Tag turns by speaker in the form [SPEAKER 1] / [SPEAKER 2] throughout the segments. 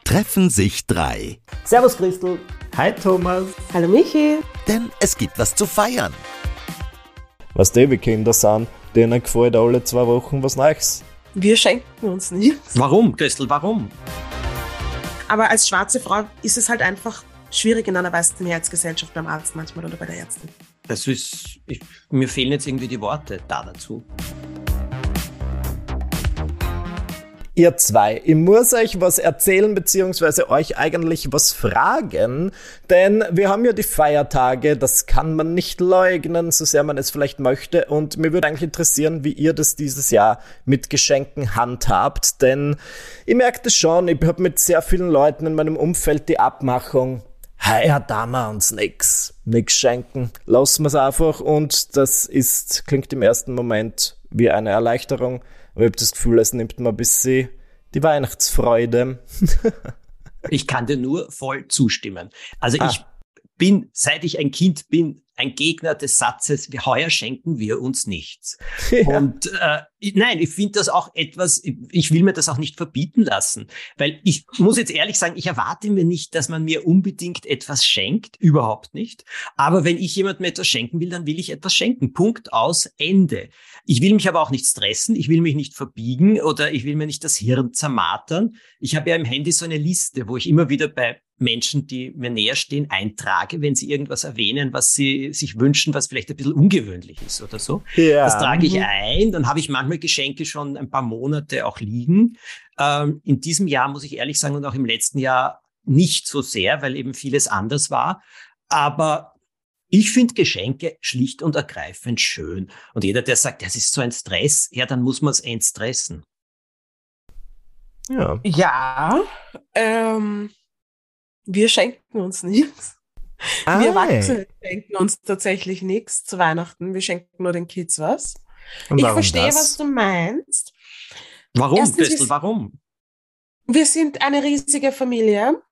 [SPEAKER 1] treffen sich drei.
[SPEAKER 2] Servus Christel.
[SPEAKER 3] Hi Thomas.
[SPEAKER 4] Hallo Michi.
[SPEAKER 1] Denn es gibt was zu feiern.
[SPEAKER 3] Was die Kinder sind, denen gefällt alle 2 Wochen was Neues.
[SPEAKER 4] Wir schenken uns nichts.
[SPEAKER 2] Warum, Christel, warum?
[SPEAKER 4] Aber als schwarze Frau ist es halt einfach schwierig in einer weißen Herzgesellschaft beim Arzt manchmal oder bei der Ärztin.
[SPEAKER 2] Mir fehlen jetzt irgendwie die Worte dazu.
[SPEAKER 3] Ihr zwei, ich muss euch was erzählen, beziehungsweise euch eigentlich was fragen, denn wir haben ja die Feiertage, das kann man nicht leugnen, so sehr man es vielleicht möchte, und mir würde eigentlich interessieren, wie ihr das dieses Jahr mit Geschenken handhabt, denn ich merke das schon, ich habe mit sehr vielen Leuten in meinem Umfeld die Abmachung, heuer da wir uns nix schenken, lassen wir es einfach, und das klingt im ersten Moment wie eine Erleichterung. Aber ich habe das Gefühl, es nimmt mir ein bisschen die Weihnachtsfreude.
[SPEAKER 2] Ich kann dir nur voll zustimmen. Also ich bin, seit ich ein Kind bin, ein Gegner des Satzes, heuer schenken wir uns nichts. Ja. Und nein, ich finde das auch etwas, ich will mir das auch nicht verbieten lassen. Weil ich muss jetzt ehrlich sagen, ich erwarte mir nicht, dass man mir unbedingt etwas schenkt, überhaupt nicht. Aber wenn ich jemandem etwas schenken will, dann will ich etwas schenken. Punkt, aus, Ende. Ich will mich aber auch nicht stressen, ich will mich nicht verbiegen oder ich will mir nicht das Hirn zermartern. Ich habe ja im Handy so eine Liste, wo ich immer wieder bei Menschen, die mir näher stehen, eintrage, wenn sie irgendwas erwähnen, was sie sich wünschen, was vielleicht ein bisschen ungewöhnlich ist oder so. Ja. Das trage ich ein, dann habe ich manchmal Geschenke schon ein paar Monate auch liegen. In diesem Jahr, muss ich ehrlich sagen, und auch im letzten Jahr nicht so sehr, weil eben vieles anders war. Aber ich finde Geschenke schlicht und ergreifend schön. Und jeder, der sagt, das ist so ein Stress, ja, dann muss man es entstressen.
[SPEAKER 4] Ja, wir schenken uns nichts. Wir Erwachsene schenken uns tatsächlich nichts zu Weihnachten. Wir schenken nur den Kids was. Ich verstehe, was du meinst.
[SPEAKER 2] Warum, Christel, warum?
[SPEAKER 4] Wir sind eine riesige Familie.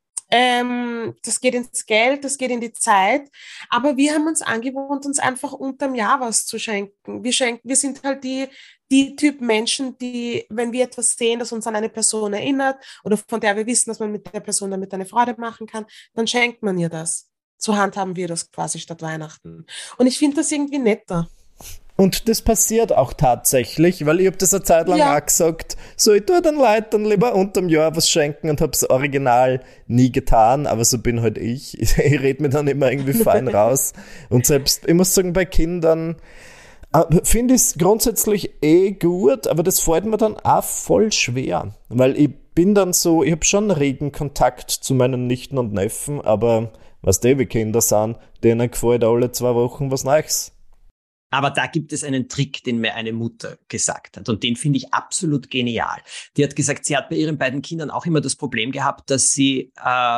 [SPEAKER 4] Das geht ins Geld, das geht in die Zeit. Aber wir haben uns angewohnt, uns einfach unterm Jahr was zu schenken. Wir sind halt die Typ Menschen, die, wenn wir etwas sehen, das uns an eine Person erinnert oder von der wir wissen, dass man mit der Person damit eine Freude machen kann, dann schenkt man ihr das. So handhaben wir das quasi statt Weihnachten. Und ich finde das irgendwie netter.
[SPEAKER 3] Und das passiert auch tatsächlich, weil ich habe das eine Zeit lang auch gesagt, so ich tue den Leuten lieber unterm Jahr was schenken und habe es original nie getan, aber so bin halt ich. Ich rede mir dann immer irgendwie fein raus. Und selbst, ich muss sagen, bei Kindern finde ich es grundsätzlich gut, aber das fällt mir dann auch voll schwer, weil ich bin dann so, ich habe schon regen Kontakt zu meinen Nichten und Neffen, aber was die Kinder sind, denen gefällt alle 2 Wochen was Neues.
[SPEAKER 2] Aber da gibt es einen Trick, den mir eine Mutter gesagt hat. Und den finde ich absolut genial. Die hat gesagt, sie hat bei ihren beiden Kindern auch immer das Problem gehabt, dass sie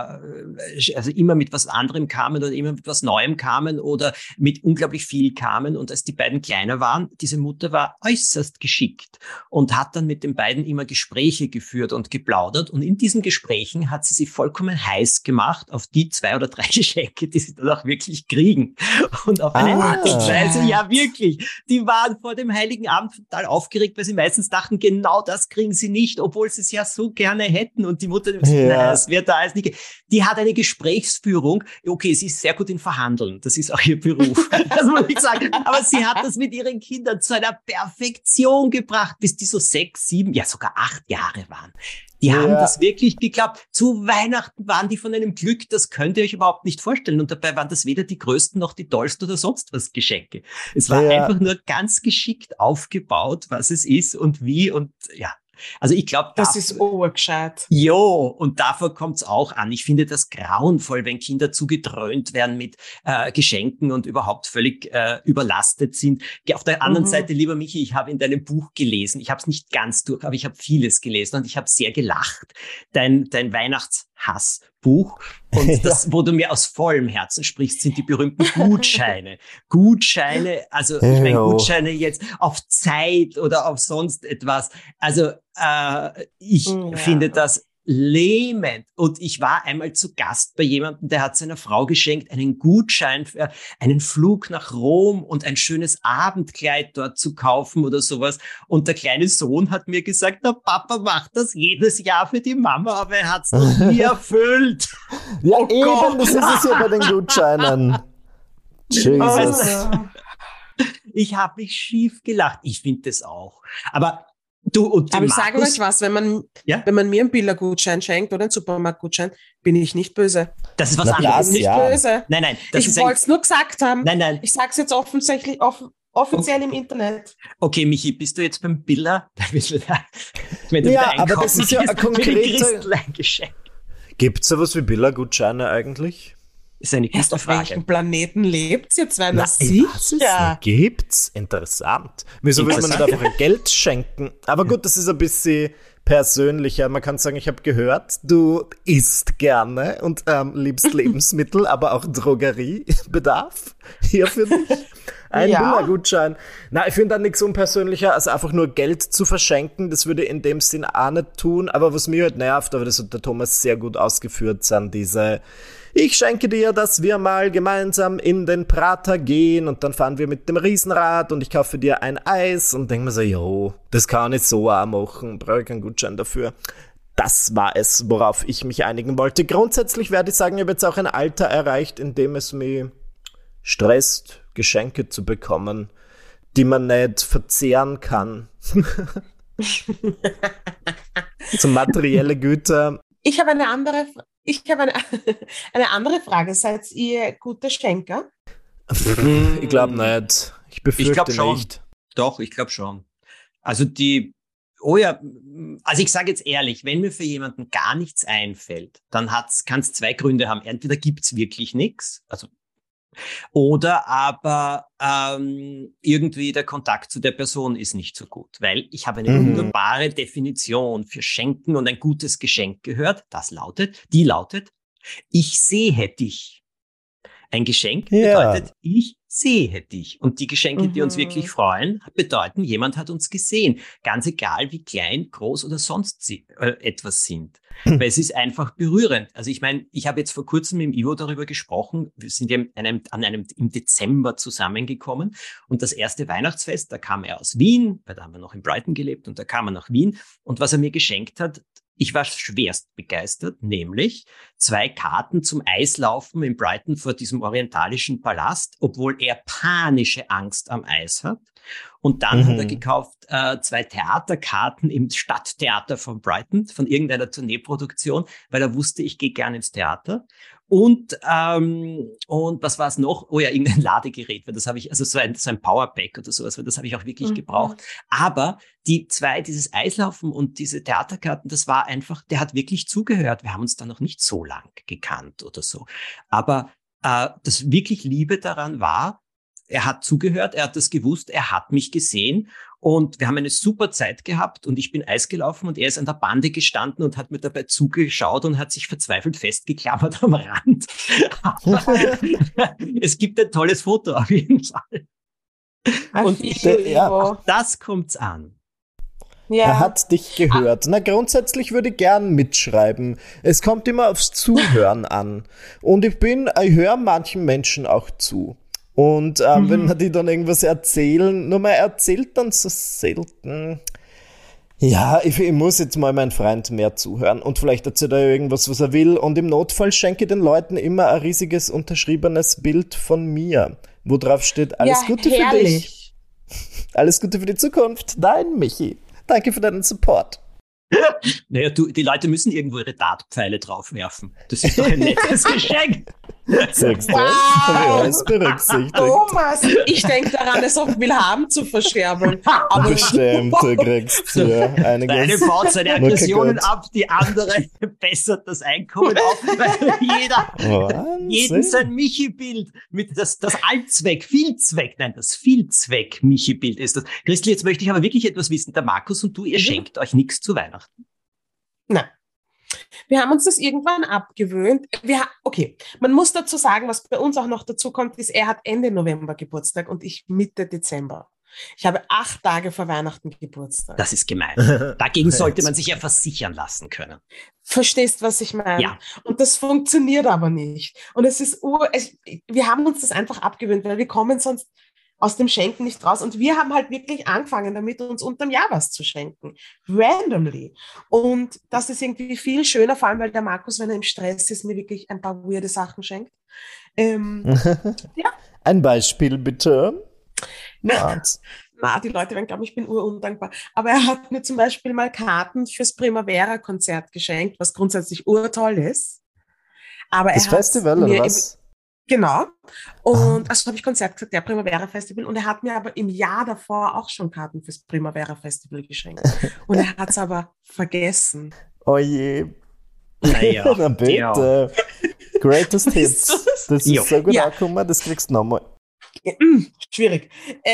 [SPEAKER 2] also immer mit was anderem kamen oder immer mit was Neuem kamen oder mit unglaublich viel kamen. Und als die beiden kleiner waren, diese Mutter war äußerst geschickt und hat dann mit den beiden immer Gespräche geführt und geplaudert. Und in diesen Gesprächen hat sie heiß heiß gemacht auf die 2 oder 3 Geschenke, die sie dann auch wirklich kriegen. Und auf eine Art und Weise, ja wirklich, die waren vor dem Heiligen Abend total aufgeregt, weil sie meistens dachten, genau das kriegen sie nicht, obwohl sie es ja so gerne hätten. Und die Mutter hat gesagt, nein, das wird da alles nicht. Die hat eine Gesprächsführung. Okay, sie ist sehr gut in Verhandeln. Das ist auch ihr Beruf. Das muss ich sagen. Aber sie hat das mit ihren Kindern zu einer Perfektion gebracht, bis die so 6, 7, ja sogar 8 Jahre waren. Die haben das wirklich geklappt. Zu Weihnachten waren die von einem Glück, das könnt ihr euch überhaupt nicht vorstellen. Und dabei waren das weder die größten noch die tollsten oder sonst was Geschenke. Es war einfach nur ganz geschickt aufgebaut, was es ist und wie und ja. Also ich glaube,
[SPEAKER 4] das ist obergescheit.
[SPEAKER 2] Jo, und davor kommt's auch an. Ich finde das grauenvoll, wenn Kinder zugedröhnt werden mit Geschenken und überhaupt völlig überlastet sind. Auf der anderen Seite, lieber Michi, ich habe in deinem Buch gelesen, ich habe es nicht ganz durch, aber ich habe vieles gelesen und ich habe sehr gelacht. Dein Weihnachtshassbuch. Und das, wo du mir aus vollem Herzen sprichst, sind die berühmten Gutscheine. Gutscheine, also ich meine Gutscheine jetzt auf Zeit oder auf sonst etwas. Also ich finde das lähmend. Und ich war einmal zu Gast bei jemandem, der hat seiner Frau geschenkt, einen Gutschein für einen Flug nach Rom und ein schönes Abendkleid dort zu kaufen oder sowas. Und der kleine Sohn hat mir gesagt, der Papa macht das jedes Jahr für die Mama, aber er hat es noch nie erfüllt.
[SPEAKER 3] Ja,
[SPEAKER 2] Oh
[SPEAKER 3] eben,
[SPEAKER 2] Gott.
[SPEAKER 3] das ist es ja bei den Gutscheinen. Jesus.
[SPEAKER 2] Ich habe mich schief gelacht. Ich finde das auch. Aber du und
[SPEAKER 4] Aber
[SPEAKER 2] dem
[SPEAKER 4] ich sage
[SPEAKER 2] Markus,
[SPEAKER 4] euch was, wenn man mir einen Billergutschein schenkt oder einen Supermarktgutschein, bin ich nicht böse.
[SPEAKER 2] das ist was
[SPEAKER 3] Na,
[SPEAKER 2] anderes.
[SPEAKER 3] das,
[SPEAKER 4] Nicht
[SPEAKER 3] ja.
[SPEAKER 4] böse.
[SPEAKER 2] Nein, das
[SPEAKER 4] Ich
[SPEAKER 2] ist
[SPEAKER 4] wollte es nur gesagt haben.
[SPEAKER 2] Nein.
[SPEAKER 4] Ich sage es jetzt offensichtlich offiziell im Internet.
[SPEAKER 2] Okay, Michi, bist du jetzt beim Biller? Wenn du
[SPEAKER 3] Ja,
[SPEAKER 2] wieder
[SPEAKER 3] aber das
[SPEAKER 2] einkaufen
[SPEAKER 3] ist ja
[SPEAKER 2] gehst,
[SPEAKER 3] ein konkreter-
[SPEAKER 2] für die Christlein-Geschenk.
[SPEAKER 3] Gibt es sowas wie Billergutscheine eigentlich?
[SPEAKER 2] Ist eine
[SPEAKER 4] Erst
[SPEAKER 2] gute
[SPEAKER 4] auf welchem
[SPEAKER 2] Frage.
[SPEAKER 4] Planeten lebt ihr zwei? Na,
[SPEAKER 3] ich weiß es
[SPEAKER 4] sicher.
[SPEAKER 3] nicht. Gibt's? Interessant. Wieso will man nicht einfach ein Geld schenken? Aber gut, das ist ein bisschen persönlicher. Man kann sagen, ich habe gehört, du isst gerne und liebst Lebensmittel, aber auch Drogeriebedarf hier für dich. Ein
[SPEAKER 4] Ja.
[SPEAKER 3] Billergutschein. Na, ich finde da nichts unpersönlicher, als einfach nur Geld zu verschenken. Das würde ich in dem Sinn auch nicht tun. Aber was mir halt nervt, aber das hat der Thomas sehr gut ausgeführt, sind diese: Ich schenke dir, dass wir mal gemeinsam in den Prater gehen und dann fahren wir mit dem Riesenrad und ich kaufe dir ein Eis und denke mir so, jo, das kann ich so auch machen, brauche ich keinen Gutschein dafür. Das war es, worauf ich mich einigen wollte. Grundsätzlich werde ich sagen, ich habe jetzt auch ein Alter erreicht, in dem es mich stresst, Geschenke zu bekommen, die man nicht verzehren kann. So materielle Güter.
[SPEAKER 4] Ich habe eine andere Frage. Seid ihr gute Schenker?
[SPEAKER 3] Ich glaube nicht. Ich befürchte
[SPEAKER 2] glaub schon.
[SPEAKER 3] nicht.
[SPEAKER 2] Doch, ich glaube schon. Also also ich sage jetzt ehrlich, wenn mir für jemanden gar nichts einfällt, dann kann es zwei Gründe haben. Entweder gibt's wirklich nichts, also oder aber irgendwie der Kontakt zu der Person ist nicht so gut, weil ich habe eine wunderbare Definition für Schenken und ein gutes Geschenk gehört. Die lautet, ich sehe dich. Ein Geschenk bedeutet, ich sehe dich. Und die Geschenke, die uns wirklich freuen, bedeuten, jemand hat uns gesehen. Ganz egal, wie klein, groß oder sonst etwas sind. Weil es ist einfach berührend. Also ich meine, ich habe jetzt vor kurzem mit dem Ivo darüber gesprochen. Wir sind ja im Dezember zusammengekommen. Und das erste Weihnachtsfest, da kam er aus Wien, weil da haben wir noch in Brighton gelebt, und da kam er nach Wien. Und was er mir geschenkt hat, ich war schwerst begeistert, nämlich 2 Karten zum Eislaufen in Brighton vor diesem orientalischen Palast, obwohl er panische Angst am Eis hat. Und dann hat er gekauft 2 Theaterkarten im Stadttheater von Brighton, von irgendeiner Tourneeproduktion, weil er wusste, ich gehe gerne ins Theater. Und was war es noch? Oh ja, irgendein Ladegerät, weil das habe ich, also so ein Powerpack oder sowas, weil das habe ich auch wirklich gebraucht. Aber dieses Eislaufen und diese Theaterkarten, das war einfach, der hat wirklich zugehört. Wir haben uns da noch nicht so lang gekannt oder so. Aber das wirklich Liebe daran war, er hat zugehört, er hat das gewusst, er hat mich gesehen und wir haben eine super Zeit gehabt und ich bin Eis gelaufen und er ist an der Bande gestanden und hat mir dabei zugeschaut und hat sich verzweifelt festgeklammert am Rand. Es gibt ein tolles Foto auf jeden Fall. Und das kommt's an.
[SPEAKER 4] Ja.
[SPEAKER 3] Er hat dich gehört. Na, grundsätzlich würde ich gern mitschreiben. Es kommt immer aufs Zuhören an. Und ich höre manchen Menschen auch zu. Und wenn man die dann irgendwas erzählen, nur man erzählt dann so selten. Ja, ich muss jetzt mal meinen Freund mehr zuhören und vielleicht erzählt er irgendwas, was er will. Und im Notfall schenke ich den Leuten immer ein riesiges unterschriebenes Bild von mir, wo drauf steht, alles Gute für dich. Alles Gute für die Zukunft. Dein Michi. Danke für deinen Support.
[SPEAKER 2] Naja, die Leute müssen irgendwo ihre Dartpfeile draufwerfen. Das ist doch ein nettes Geschenk.
[SPEAKER 3] Siehst du? Hab ich alles berücksichtigt.
[SPEAKER 4] Thomas, ich denke daran, es auch Willhaben zu verscherbeln. Aber
[SPEAKER 3] Bestimmt, du kriegst hier einiges.
[SPEAKER 2] Der eine baut seine Aggressionen ab, die andere bessert das Einkommen auf, weil jeden sein Michi-Bild mit das Vielzweck Michi-Bild ist das. Christel, jetzt möchte ich aber wirklich etwas wissen. Der Markus und du, ihr schenkt euch nichts zu Weihnachten.
[SPEAKER 4] Nein. Wir haben uns das irgendwann abgewöhnt. Okay, man muss dazu sagen, was bei uns auch noch dazu kommt, ist, er hat Ende November Geburtstag und ich Mitte Dezember. Ich habe 8 Tage vor Weihnachten Geburtstag.
[SPEAKER 2] Das ist gemein. Dagegen sollte man sich ja versichern lassen können.
[SPEAKER 4] Verstehst, was ich meine?
[SPEAKER 2] Ja.
[SPEAKER 4] Und das funktioniert aber nicht. Und wir haben uns das einfach abgewöhnt, weil wir kommen sonst aus dem Schenken nicht raus. Und wir haben halt wirklich angefangen damit, uns unterm Jahr was zu schenken. Randomly. Und das ist irgendwie viel schöner, vor allem, weil der Markus, wenn er im Stress ist, mir wirklich ein paar weirde Sachen schenkt. Ja.
[SPEAKER 3] Ein Beispiel, bitte.
[SPEAKER 4] Die Leute werden glauben, ich bin urundankbar. Aber er hat mir zum Beispiel mal Karten fürs Primavera-Konzert geschenkt, was grundsätzlich urtoll ist. Aber
[SPEAKER 3] das Festival, oder was?
[SPEAKER 4] Genau. Und also habe ich Konzert gesagt, der Primavera-Festival. Und er hat mir aber im Jahr davor auch schon Karten fürs Primavera-Festival geschenkt. Und er hat es aber vergessen.
[SPEAKER 3] Oh je.
[SPEAKER 2] Naja,
[SPEAKER 3] na bitte. Ja. Greatest Hits. Das ist so gut angekommen, das kriegst du nochmal.
[SPEAKER 4] Schwierig.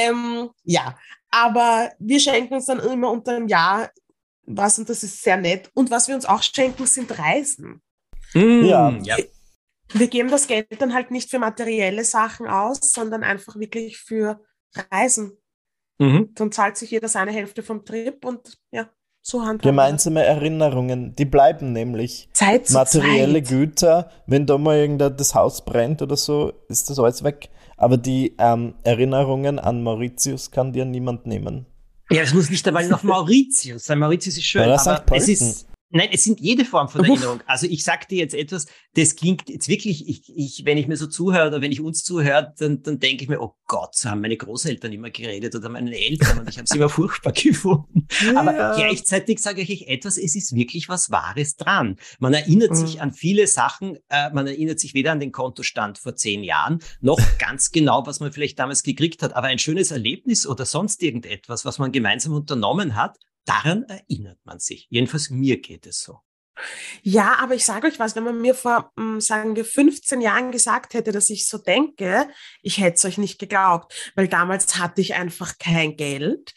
[SPEAKER 4] Ja, aber wir schenken uns dann immer unter einem Jahr was und das ist sehr nett. Und was wir uns auch schenken, sind Reisen.
[SPEAKER 3] Ja.
[SPEAKER 4] Wir geben das Geld dann halt nicht für materielle Sachen aus, sondern einfach wirklich für Reisen. Dann zahlt sich jeder seine Hälfte vom Trip und ja, so handhaben.
[SPEAKER 3] Gemeinsame Erinnerungen, die bleiben nämlich.
[SPEAKER 4] Zeit zu
[SPEAKER 3] materielle
[SPEAKER 4] Zeit.
[SPEAKER 3] Güter, wenn da mal das Haus brennt oder so, ist das alles weg. Aber die Erinnerungen an Mauritius kann dir niemand nehmen.
[SPEAKER 2] Ja, es muss nicht einmal noch Mauritius sein. Mauritius ist schön, aber es ist... Nein, es sind jede Form von Erinnerung. Also ich sag dir jetzt etwas, das klingt jetzt wirklich, wenn ich mir so zuhöre oder wenn ich uns zuhöre, dann denke ich mir, oh Gott, so haben meine Großeltern immer geredet oder meine Eltern und ich habe es immer furchtbar gefunden. Aber gleichzeitig sage ich euch etwas, es ist wirklich was Wahres dran. Man erinnert sich an viele Sachen, man erinnert sich weder an den Kontostand vor 10 Jahren, noch ganz genau, was man vielleicht damals gekriegt hat. Aber ein schönes Erlebnis oder sonst irgendetwas, was man gemeinsam unternommen hat, daran erinnert man sich. Jedenfalls mir geht es so.
[SPEAKER 4] Ja, aber ich sage euch was, wenn man mir vor, sagen wir, 15 Jahren gesagt hätte, dass ich so denke, ich hätte es euch nicht geglaubt, weil damals hatte ich einfach kein Geld.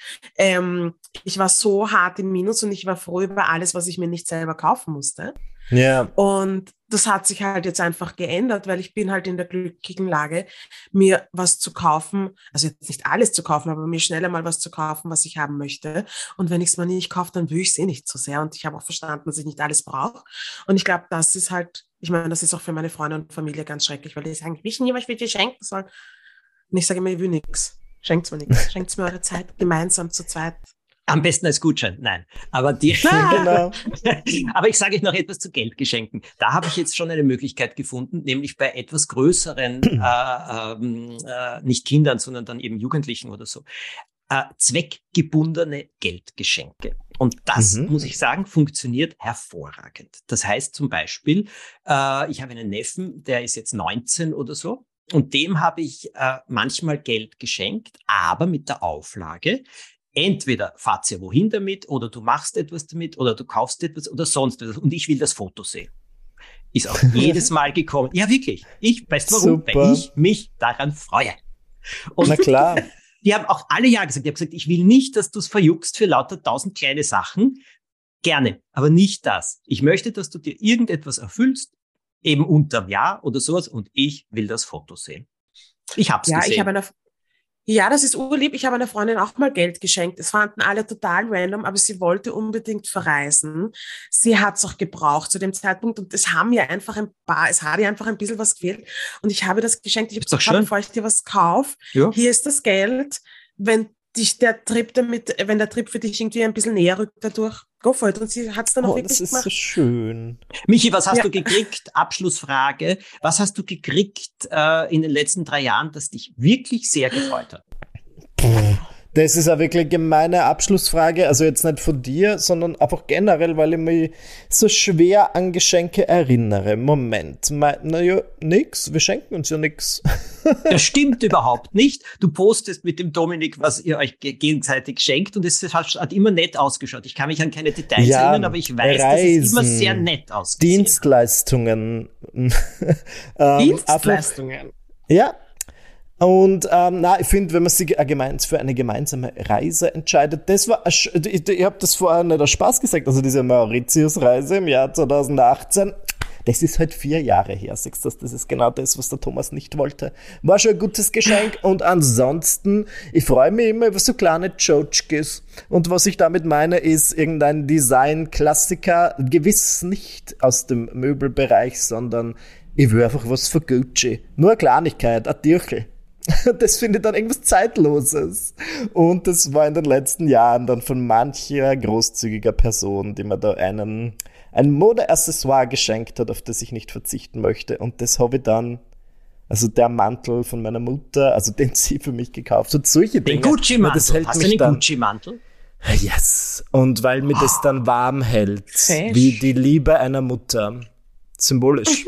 [SPEAKER 4] Ich war so hart im Minus und ich war froh über alles, was ich mir nicht selber kaufen musste.
[SPEAKER 3] Ja.
[SPEAKER 4] Und das hat sich halt jetzt einfach geändert, weil ich bin halt in der glücklichen Lage, mir was zu kaufen, also jetzt nicht alles zu kaufen, aber mir schneller mal was zu kaufen, was ich haben möchte. Und wenn ich es mal nicht kaufe, dann will ich es nicht so sehr. Und ich habe auch verstanden, dass ich nicht alles brauche. Und ich glaube, das ist halt, ich meine, das ist auch für meine Freunde und Familie ganz schrecklich, weil die sagen, ich weiß nie, was ich dir schenken soll. Und ich sage immer, ich will nichts. Schenkt mir nichts. Schenkt mir eure Zeit gemeinsam zu zweit.
[SPEAKER 2] Am besten als Gutschein, nein. Aber
[SPEAKER 3] Genau.
[SPEAKER 2] Aber ich sage euch noch etwas zu Geldgeschenken. Da habe ich jetzt schon eine Möglichkeit gefunden, nämlich bei etwas größeren, nicht Kindern, sondern dann eben Jugendlichen oder so, zweckgebundene Geldgeschenke. Und das, muss ich sagen, funktioniert hervorragend. Das heißt zum Beispiel, ich habe einen Neffen, der ist jetzt 19 oder so. Und dem habe ich manchmal Geld geschenkt, aber mit der Auflage, entweder fahrt ihr wohin damit oder du machst etwas damit oder du kaufst etwas oder sonst etwas und ich will das Foto sehen. Ist auch jedes Mal gekommen. Ja, wirklich. Weißt du warum?
[SPEAKER 3] Super.
[SPEAKER 2] Weil ich mich daran freue. Und
[SPEAKER 3] na klar.
[SPEAKER 2] Die haben auch alle ja gesagt. Die haben gesagt, ich will nicht, dass du es verjuckst für lauter 1000 kleine Sachen. Gerne, aber nicht das. Ich möchte, dass du dir irgendetwas erfüllst, eben unterm Jahr oder sowas und ich will das Foto sehen. Ich hab's gesehen.
[SPEAKER 4] Ja, das ist urlieb. Ich habe einer Freundin auch mal Geld geschenkt. Es fanden alle total random, aber sie wollte unbedingt verreisen. Sie hat es auch gebraucht zu dem Zeitpunkt und es hat ihr einfach ein bisschen was gefehlt. Und ich habe das geschenkt. Ich habe gesagt, bevor ich dir was kaufe, hier ist das Geld. Wenn der Trip für dich irgendwie ein bisschen näher rückt dadurch, go for it. Und sie hat es dann auch wirklich gemacht.
[SPEAKER 3] Das ist so schön.
[SPEAKER 2] Michi, was hast du gekriegt? Abschlussfrage. Was hast du gekriegt in den letzten 3 Jahren, das dich wirklich sehr gefreut hat?
[SPEAKER 3] Das ist eine wirklich gemeine Abschlussfrage. Also jetzt nicht von dir, sondern einfach generell, weil ich mich so schwer an Geschenke erinnere. Moment. Naja, nix. Wir schenken uns ja nix.
[SPEAKER 2] Das stimmt überhaupt nicht. Du postest mit dem Dominik, was ihr euch gegenseitig schenkt und es hat immer nett ausgeschaut. Ich kann mich an keine Details erinnern, aber ich weiß, dass es immer sehr nett ausgesehen hat.
[SPEAKER 3] Dienstleistungen.
[SPEAKER 4] Dienstleistungen?
[SPEAKER 3] Ja. Und ich finde, wenn man sich für eine gemeinsame Reise entscheidet, das war, ich habe das vorher nicht aus Spaß gesagt, also diese Mauritius-Reise im Jahr 2018, Das ist halt 4 Jahre her, siehst du, das ist genau das, was der Thomas nicht wollte. War schon ein gutes Geschenk und ansonsten, ich freue mich immer über so kleine Tschotschkes. Und was ich damit meine, ist irgendein Design-Klassiker, gewiss nicht aus dem Möbelbereich, sondern ich will einfach was für Gucci. Nur eine Kleinigkeit, ein Tierchen. Das finde ich dann irgendwas Zeitloses. Und das war in den letzten Jahren dann von mancher großzügiger Person, die mir da ein Modeaccessoire geschenkt hat, auf das ich nicht verzichten möchte. Und das habe ich dann, also der Mantel von meiner Mutter, also den sie für mich gekauft hat, solche Dinge.
[SPEAKER 2] Den Gucci-Mantel.
[SPEAKER 3] Hast du den
[SPEAKER 2] Gucci-Mantel?
[SPEAKER 3] Yes. Und weil mir das dann warm hält,
[SPEAKER 4] Fesch.
[SPEAKER 3] wie die Liebe einer Mutter. Symbolisch.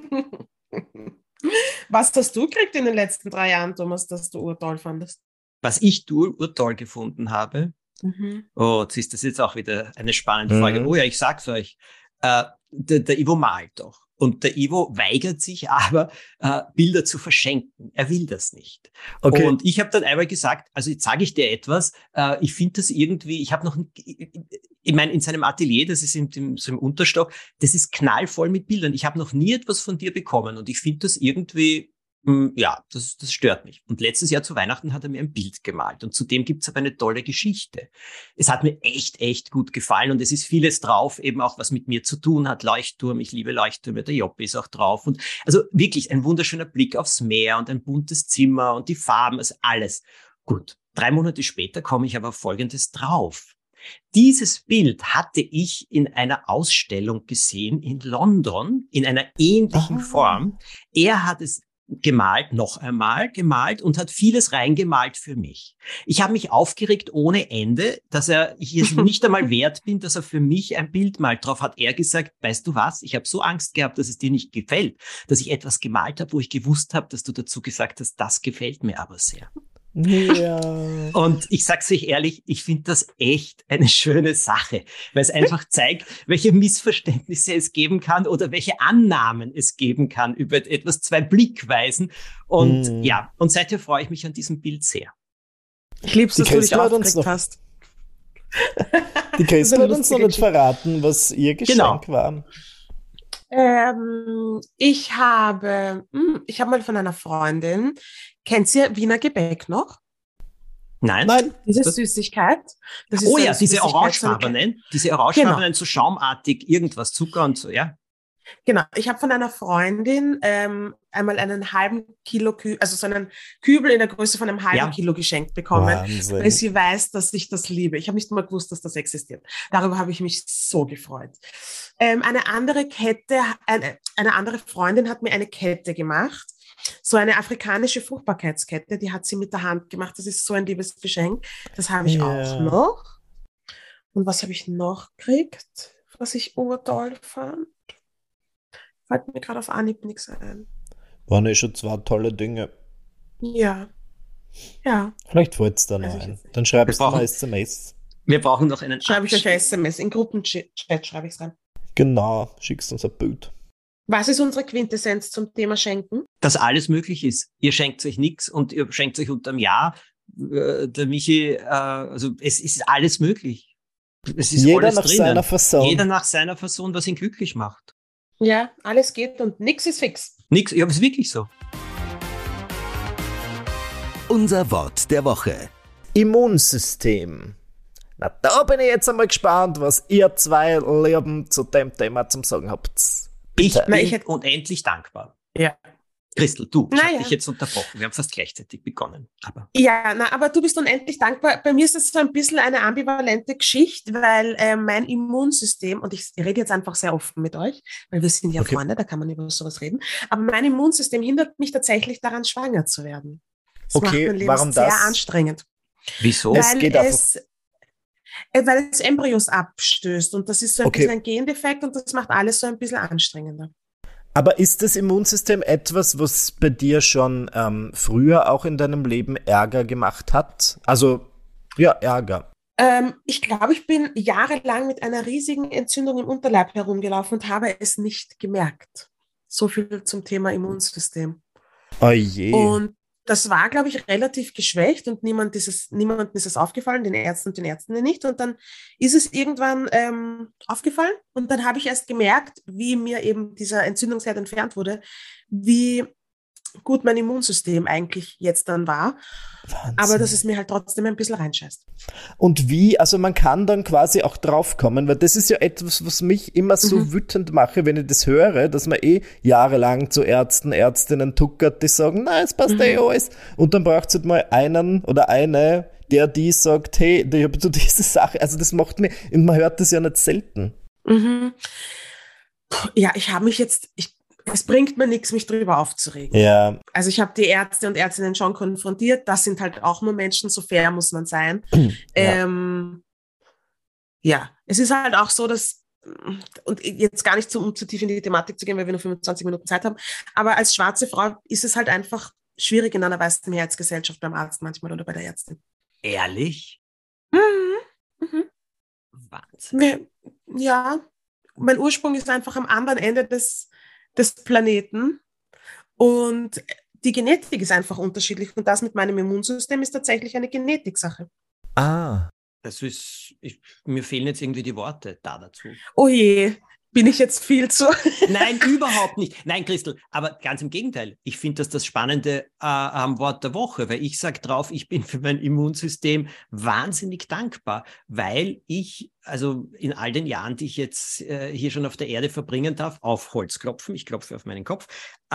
[SPEAKER 4] Was hast du gekriegt in den letzten 3 Jahren, Thomas, dass du urtoll fandest?
[SPEAKER 2] Was ich urtoll gefunden habe, oh, siehst, das ist jetzt auch wieder eine spannende Frage. Oh ja, ich sag's euch. Der Ivo malt doch. Und der Ivo weigert sich aber, Bilder zu verschenken. Er will das nicht.
[SPEAKER 3] Okay.
[SPEAKER 2] Und ich habe dann einmal gesagt, also jetzt sage ich dir etwas, ich finde das irgendwie, ich habe noch, ich meine, in seinem Atelier, das ist so im Unterstock, das ist knallvoll mit Bildern. Ich habe noch nie etwas von dir bekommen und ich finde das irgendwie, ja, das stört mich. Und letztes Jahr zu Weihnachten hat er mir ein Bild gemalt und zudem gibt's aber eine tolle Geschichte. Es hat mir echt gut gefallen und es ist vieles drauf, eben auch was mit mir zu tun hat. Leuchtturm, ich liebe Leuchttürme, der Job ist auch drauf und also wirklich ein wunderschöner Blick aufs Meer und ein buntes Zimmer und die Farben, also alles. Gut, 3 Monate später komme ich aber auf Folgendes drauf. Dieses Bild hatte ich in einer Ausstellung gesehen in London in einer ähnlichen Form. Er hat es noch einmal gemalt und hat vieles reingemalt für mich. Ich habe mich aufgeregt ohne Ende, dass ich es nicht einmal wert bin, dass er für mich ein Bild malt. Drauf hat er gesagt, weißt du was, ich habe so Angst gehabt, dass es dir nicht gefällt, dass ich etwas gemalt habe, wo ich gewusst habe, dass du dazu gesagt hast, das gefällt mir aber sehr.
[SPEAKER 3] Ja.
[SPEAKER 2] Und ich sag's euch ehrlich, ich finde das echt eine schöne Sache, weil es einfach zeigt, welche Missverständnisse es geben kann oder welche Annahmen es geben kann über etwas, 2 Blickweisen. Und ja, und seither freue ich mich an diesem Bild sehr.
[SPEAKER 4] Ich lieb's, dass du dich aufgeregt hast.
[SPEAKER 3] Die Christel hat uns noch nicht verraten, was ihr Geschenk war.
[SPEAKER 4] Ich habe mal von einer Freundin, kennt ihr Wiener Gebäck noch?
[SPEAKER 2] Nein.
[SPEAKER 4] Diese Süßigkeit. Das ist
[SPEAKER 2] Oh
[SPEAKER 4] so
[SPEAKER 2] ja,
[SPEAKER 4] eine
[SPEAKER 2] diese
[SPEAKER 4] Süßigkeit,
[SPEAKER 2] orangefarbenen, so schaumartig, irgendwas, Zucker und so, ja.
[SPEAKER 4] Genau, ich habe von einer Freundin einmal einen halben Kilo, also so einen Kübel in der Größe von einem halben Kilo geschenkt bekommen,
[SPEAKER 3] Wahnsinn.
[SPEAKER 4] weil sie weiß, dass ich das liebe. Ich habe nicht mal gewusst, dass das existiert. Darüber habe ich mich so gefreut. Eine andere Freundin hat mir eine Kette gemacht, so eine afrikanische Fruchtbarkeitskette, die hat sie mit der Hand gemacht. Das ist so ein liebes Geschenk. Das habe ich auch noch. Und was habe ich noch gekriegt, was ich urtoll fand? Fällt mir gerade auf Anhieb nichts ein.
[SPEAKER 3] Waren schon 2 tolle Dinge.
[SPEAKER 4] Ja.
[SPEAKER 3] Vielleicht fällt es da noch ein. Dann schreibst du mal SMS.
[SPEAKER 2] Wir brauchen noch einen
[SPEAKER 4] Schreibe ich euch ein SMS. In Gruppenchat schreibe ich es rein.
[SPEAKER 3] Genau, schickst uns ein Bild.
[SPEAKER 4] Was ist unsere Quintessenz zum Thema Schenken?
[SPEAKER 2] dass alles möglich ist. Ihr schenkt euch nichts und ihr schenkt euch unterm Jahr. Der Michi, also es ist alles möglich. Es ist
[SPEAKER 3] Jeder
[SPEAKER 2] alles
[SPEAKER 3] nach
[SPEAKER 2] drinnen.
[SPEAKER 3] seiner Fasson.
[SPEAKER 2] Jeder nach seiner Fasson, was ihn glücklich macht.
[SPEAKER 4] Ja, alles geht und nichts ist fix.
[SPEAKER 2] Nix, ja, aber es ist wirklich so.
[SPEAKER 1] Unser Wort der Woche.
[SPEAKER 3] Immunsystem. Na, da bin ich jetzt einmal gespannt, was ihr 2 Lieben zu dem Thema zum Sagen habt.
[SPEAKER 2] Ich
[SPEAKER 3] Bitte.
[SPEAKER 2] bin unendlich dankbar.
[SPEAKER 4] Ja.
[SPEAKER 2] Christel, du, ich habe
[SPEAKER 4] Naja.
[SPEAKER 2] dich jetzt unterbrochen. Wir haben fast gleichzeitig begonnen.
[SPEAKER 4] Aber du bist unendlich dankbar. Bei mir ist das so ein bisschen eine ambivalente Geschichte, weil mein Immunsystem, und ich rede jetzt einfach sehr offen mit euch, weil wir sind ja
[SPEAKER 3] Okay.
[SPEAKER 4] Freunde, da kann man über sowas reden, aber mein Immunsystem hindert mich tatsächlich daran, schwanger zu werden. Das
[SPEAKER 3] Okay,
[SPEAKER 4] macht mein Leben
[SPEAKER 3] warum
[SPEAKER 4] sehr
[SPEAKER 3] das?
[SPEAKER 4] anstrengend.
[SPEAKER 2] Wieso?
[SPEAKER 3] Es
[SPEAKER 4] Weil
[SPEAKER 3] geht
[SPEAKER 4] weil es Embryos abstößt und das ist so ein
[SPEAKER 3] Okay.
[SPEAKER 4] bisschen ein Gendefekt und das macht alles so ein bisschen anstrengender.
[SPEAKER 3] Aber ist das Immunsystem etwas, was bei dir schon früher auch in deinem Leben Ärger gemacht hat? Also, ja, Ärger.
[SPEAKER 4] Ich glaube, ich bin jahrelang mit einer riesigen Entzündung im Unterleib herumgelaufen und habe es nicht gemerkt. So viel zum Thema Immunsystem.
[SPEAKER 3] Oh je.
[SPEAKER 4] Und das war, glaube ich, relativ geschwächt und niemandem ist es aufgefallen, den Ärzten und den Ärztinnen nicht. Und dann ist es irgendwann aufgefallen und dann habe ich erst gemerkt, wie mir eben dieser Entzündungsherd entfernt wurde, wie gut mein Immunsystem eigentlich jetzt dann war.
[SPEAKER 3] Wahnsinn.
[SPEAKER 4] Aber dass es mir halt trotzdem ein bisschen reinscheißt.
[SPEAKER 3] Und wie, also man kann dann quasi auch draufkommen, weil das ist ja etwas, was mich immer so wütend mache, wenn ich das höre, dass man jahrelang zu Ärzten, Ärztinnen tuckert, die sagen, nein, es passt alles. Und dann braucht es halt mal einen oder eine, die sagt, hey, ich habe so diese Sache, also das macht mir, und man hört das ja nicht selten.
[SPEAKER 4] Ja, es bringt mir nichts, mich darüber aufzuregen.
[SPEAKER 3] Ja.
[SPEAKER 4] Also ich habe die Ärzte und Ärztinnen schon konfrontiert. Das sind halt auch nur Menschen, so fair muss man sein. Ja, es ist halt auch so, dass, und jetzt gar nicht zu tief in die Thematik zu gehen, weil wir nur 25 Minuten Zeit haben, aber als schwarze Frau ist es halt einfach schwierig in einer weißen Mehrheitsgesellschaft beim Arzt manchmal oder bei der Ärztin.
[SPEAKER 2] Ehrlich?
[SPEAKER 4] Wahnsinn. Ja, mein Ursprung ist einfach am anderen Ende des Planeten und die Genetik ist einfach unterschiedlich und das mit meinem Immunsystem ist tatsächlich eine Genetiksache.
[SPEAKER 3] Ah.
[SPEAKER 2] Mir fehlen jetzt irgendwie die Worte dazu.
[SPEAKER 4] Oh je, bin ich jetzt viel zu...
[SPEAKER 2] Nein, überhaupt nicht. Nein, Christel, aber ganz im Gegenteil. Ich finde das Spannende am Wort der Woche, weil ich sage drauf, ich bin für mein Immunsystem wahnsinnig dankbar, weil ich, also in all den Jahren, die ich jetzt hier schon auf der Erde verbringen darf, auf Holz klopfen, ich klopfe auf meinen Kopf,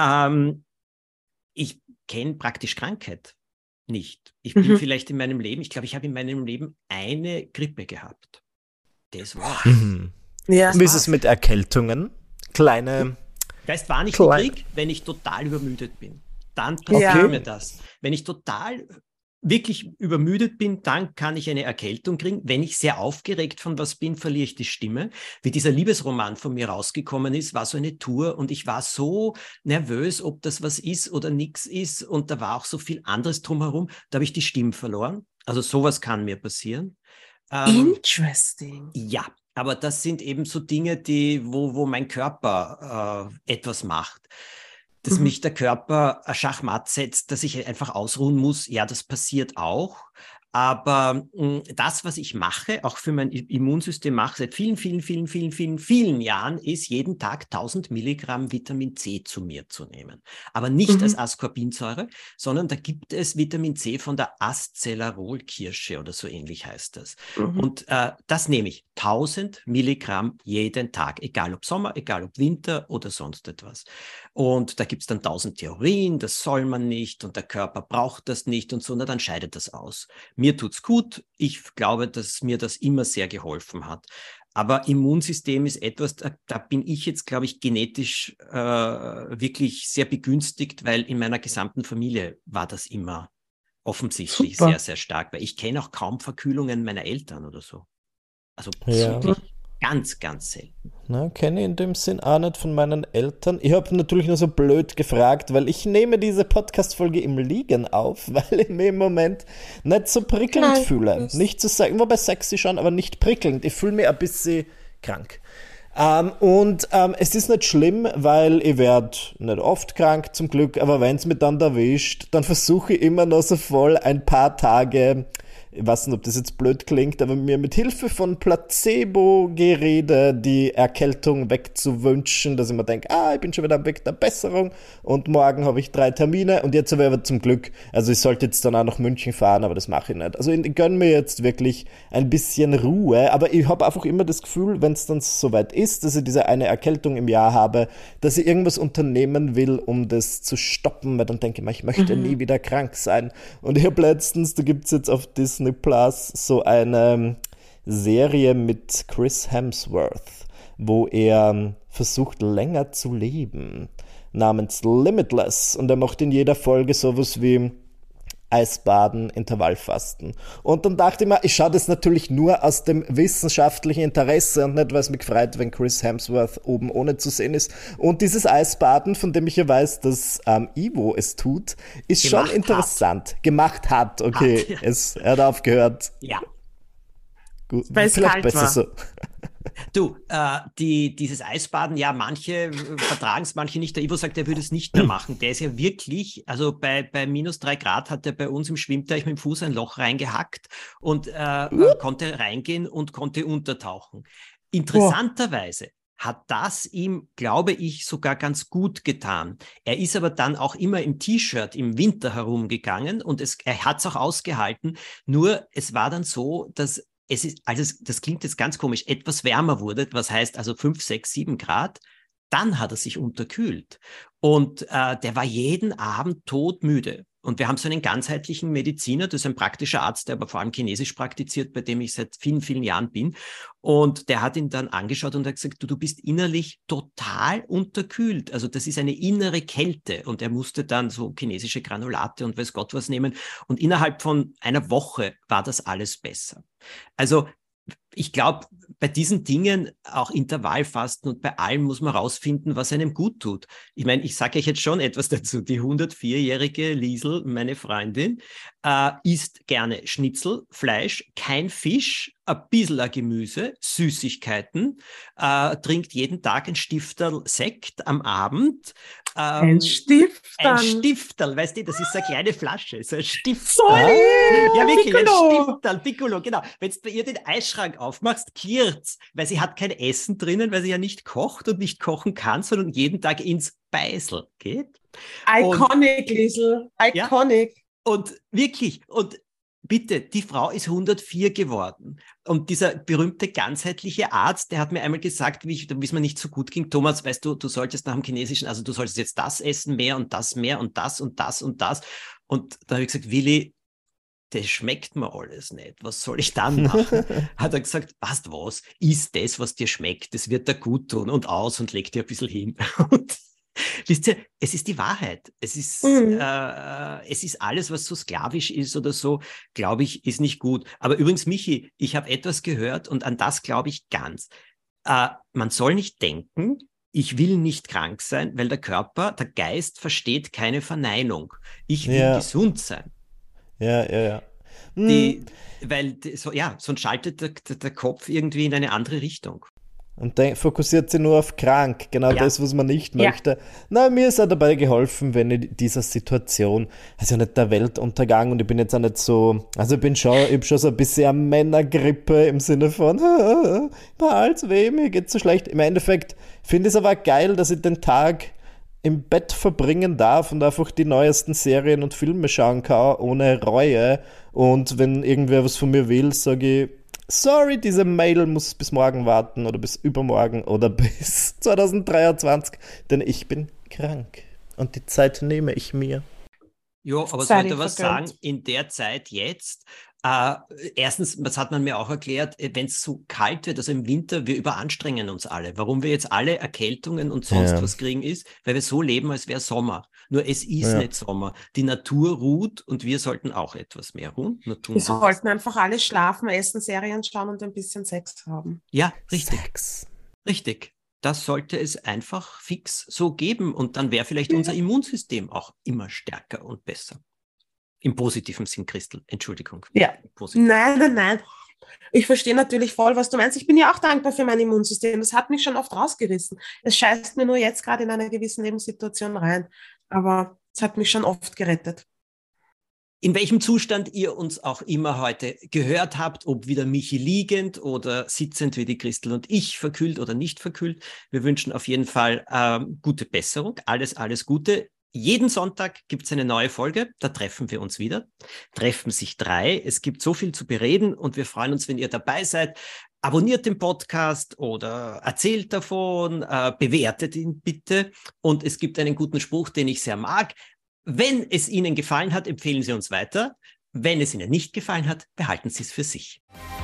[SPEAKER 2] ich kenne praktisch Krankheit nicht. Ich bin vielleicht in meinem Leben, ich glaube, ich habe in meinem Leben eine Grippe gehabt. Das war's.
[SPEAKER 3] Ja. Wie ist es mit Erkältungen? Kleine.
[SPEAKER 2] Weißt, wann ich die krieg? Wenn ich total übermüdet bin. Dann passiert mir das. Wenn ich total wirklich übermüdet bin, dann kann ich eine Erkältung kriegen. Wenn ich sehr aufgeregt von was bin, verliere ich die Stimme. Wie dieser Liebesroman von mir rausgekommen ist, war so eine Tour und ich war so nervös, ob das was ist oder nichts ist. Und da war auch so viel anderes drumherum. Da habe ich die Stimme verloren. Also sowas kann mir passieren.
[SPEAKER 4] Interesting.
[SPEAKER 2] Ja. Aber das sind eben so Dinge, wo mein Körper etwas macht. Dass mich der Körper schachmatt setzt, dass ich einfach ausruhen muss. Ja, das passiert auch. Aber das, was ich mache, auch für mein Immunsystem mache, seit vielen Jahren, ist jeden Tag 1000 Milligramm Vitamin C zu mir zu nehmen. Aber nicht als Ascorbinsäure, sondern da gibt es Vitamin C von der Acelerolkirsche oder so ähnlich heißt das. Und das nehme ich 1000 Milligramm jeden Tag, egal ob Sommer, egal ob Winter oder sonst etwas. Und da gibt es dann 1000 Theorien, das soll man nicht und der Körper braucht das nicht und so, na dann scheidet das aus. Mir tut's gut. Ich glaube, dass mir das immer sehr geholfen hat. Aber Immunsystem ist etwas, da bin ich jetzt, glaube ich, genetisch wirklich sehr begünstigt, weil in meiner gesamten Familie war das immer offensichtlich sehr, sehr stark. Weil ich kenne auch kaum Verkühlungen meiner Eltern oder so. Also wirklich ganz, ganz selten.
[SPEAKER 3] Na, kenne ich in dem Sinn auch nicht von meinen Eltern. Ich habe natürlich nur so blöd gefragt, weil ich nehme diese Podcast-Folge im Liegen auf, weil ich mich im Moment nicht so prickelnd fühle. Nicht zu sagen, wobei sexy schon, aber nicht prickelnd. Ich fühle mich ein bisschen krank. Es ist nicht schlimm, weil ich werde nicht oft krank zum Glück, aber wenn es mich dann erwischt, dann versuche ich immer noch so voll ein paar Tage, ich weiß nicht, ob das jetzt blöd klingt, aber mir mit Hilfe von Placebo-Gerede die Erkältung wegzuwünschen, dass ich mir denke, ich bin schon wieder am Weg der Besserung und morgen habe ich 3 Termine und jetzt habe ich aber zum Glück, also ich sollte jetzt dann auch nach München fahren, aber das mache ich nicht. Also ich gönne mir jetzt wirklich ein bisschen Ruhe, aber ich habe einfach immer das Gefühl, wenn es dann soweit ist, dass ich diese eine Erkältung im Jahr habe, dass ich irgendwas unternehmen will, um das zu stoppen, weil dann denke ich mir, ich möchte nie wieder krank sein. Und ich habe letztens, da gibt es jetzt auf Disney Plus so eine Serie mit Chris Hemsworth, wo er versucht, länger zu leben, namens Limitless. Und er macht in jeder Folge sowas wie Eisbaden, Intervallfasten. Und dann dachte ich mir, ich schaue das natürlich nur aus dem wissenschaftlichen Interesse und nicht, weil es mich freut, wenn Chris Hemsworth oben ohne zu sehen ist. Und dieses Eisbaden, von dem ich ja weiß, dass Ivo es tut, ist schon interessant. Gemacht hat, okay. Er hat aufgehört.
[SPEAKER 2] Ja.
[SPEAKER 3] Gut.
[SPEAKER 4] Weil es
[SPEAKER 3] vielleicht
[SPEAKER 4] kalt
[SPEAKER 3] besser
[SPEAKER 4] war.
[SPEAKER 3] so.
[SPEAKER 2] Du, dieses Eisbaden, ja, manche vertragen es, manche nicht. Der Ivo sagt, er würde es nicht mehr machen. Der ist ja wirklich, also bei -3 Grad hat er bei uns im Schwimmteich mit dem Fuß ein Loch reingehackt und konnte reingehen und konnte untertauchen. Interessanterweise hat das ihm, glaube ich, sogar ganz gut getan. Er ist aber dann auch immer im T-Shirt im Winter herumgegangen und er hat es auch ausgehalten. Nur es war dann so, dass das klingt jetzt ganz komisch, etwas wärmer wurde, was heißt also 5, 6, 7 Grad, dann hat er sich unterkühlt. Und der war jeden Abend todmüde. Und wir haben so einen ganzheitlichen Mediziner, das ist ein praktischer Arzt, der aber vor allem Chinesisch praktiziert, bei dem ich seit vielen, vielen Jahren bin. Und der hat ihn dann angeschaut und hat gesagt, du bist innerlich total unterkühlt. Also das ist eine innere Kälte. Und er musste dann so chinesische Granulate und weiß Gott was nehmen. Und innerhalb von einer Woche war das alles besser. Also ich glaube, bei diesen Dingen, auch Intervallfasten und bei allem muss man rausfinden, was einem gut tut. Ich meine, ich sage euch jetzt schon etwas dazu. Die 104-jährige Liesel, meine Freundin, isst gerne Schnitzel, Fleisch, kein Fisch, ein bisschen Gemüse, Süßigkeiten, trinkt jeden Tag ein Stifterl Sekt am Abend.
[SPEAKER 4] Ein Stifterl?
[SPEAKER 2] Ein Stifterl, weißt du, das ist so eine kleine Flasche, so ein Stifterl.
[SPEAKER 4] So lieb,
[SPEAKER 2] ja, wirklich,
[SPEAKER 4] Piccolo.
[SPEAKER 2] ein Stifterl, Piccolo, genau. Wenn du bei ihr den Eisschrank aufmachst, klirrt's, weil sie hat kein Essen drinnen, weil sie ja nicht kocht und nicht kochen kann, sondern jeden Tag ins Beisel geht.
[SPEAKER 4] Iconic, Liesel, iconic.
[SPEAKER 2] Ja, und wirklich, und bitte, die Frau ist 104 geworden. Und dieser berühmte ganzheitliche Arzt, der hat mir einmal gesagt, wie es mir nicht so gut ging, Thomas, weißt du, du solltest nach dem Chinesischen, also du solltest jetzt das essen mehr und das mehr und das und das und das. Und da habe ich gesagt, Willi, das schmeckt mir alles nicht. Was soll ich dann machen? Hat er gesagt, weißt du was, iss das, was dir schmeckt. Das wird dir gut tun und aus und leg dir ein bisschen hin. Und wisst ihr, es ist die Wahrheit. Es ist alles, was so sklavisch ist oder so, glaube ich, ist nicht gut. Aber übrigens, Michi, ich habe etwas gehört und an das glaube ich ganz. Man soll nicht denken, ich will nicht krank sein, weil der Geist versteht keine Verneinung. Ich will gesund sein.
[SPEAKER 3] Ja.
[SPEAKER 2] Sonst schaltet der Kopf irgendwie in eine andere Richtung.
[SPEAKER 3] Und fokussiert sich nur auf krank, genau das, was man nicht möchte. Na, mir ist auch dabei geholfen, wenn in dieser Situation, also nicht der Weltuntergang und ich bin jetzt auch nicht so, also ich habe schon so ein bisschen Männergrippe im Sinne von, mir alles weh, mir geht's so schlecht. Im Endeffekt finde ich es aber geil, dass ich den Tag im Bett verbringen darf und einfach die neuesten Serien und Filme schauen kann, ohne Reue. Und wenn irgendwer was von mir will, sage ich, sorry, diese Mail muss bis morgen warten oder bis übermorgen oder bis 2023, denn ich bin krank und die Zeit nehme ich mir.
[SPEAKER 2] Ja, aber soll ich was sagen, in der Zeit jetzt, erstens, das hat man mir auch erklärt, wenn es so kalt wird, also im Winter, wir überanstrengen uns alle. Warum wir jetzt alle Erkältungen und sonst was kriegen ist, weil wir so leben, als wäre Sommer. Nur es ist nicht Sommer. Die Natur ruht und wir sollten auch etwas mehr ruhen.
[SPEAKER 4] Wir sollten einfach alle schlafen, essen, Serien schauen und ein bisschen Sex haben.
[SPEAKER 2] Ja, richtig.
[SPEAKER 3] Sex.
[SPEAKER 2] Richtig. Das sollte es einfach fix so geben und dann wäre vielleicht unser Immunsystem auch immer stärker und besser. Im positiven Sinn, Christel. Entschuldigung.
[SPEAKER 4] Ja. Nein. Ich verstehe natürlich voll, was du meinst. Ich bin ja auch dankbar für mein Immunsystem. Das hat mich schon oft rausgerissen. Es scheißt mir nur jetzt gerade in einer gewissen Lebenssituation rein. Aber es hat mich schon oft gerettet.
[SPEAKER 2] In welchem Zustand ihr uns auch immer heute gehört habt, ob wieder Michi liegend oder sitzend wie die Christel und ich, verkühlt oder nicht verkühlt. Wir wünschen auf jeden Fall gute Besserung. Alles Gute. Jeden Sonntag gibt es eine neue Folge, da treffen wir uns wieder. Treffen sich 3. Es gibt so viel zu bereden und wir freuen uns, wenn ihr dabei seid. Abonniert den Podcast oder erzählt davon, bewertet ihn bitte. Und es gibt einen guten Spruch, den ich sehr mag. Wenn es Ihnen gefallen hat, empfehlen Sie uns weiter. Wenn es Ihnen nicht gefallen hat, behalten Sie es für sich.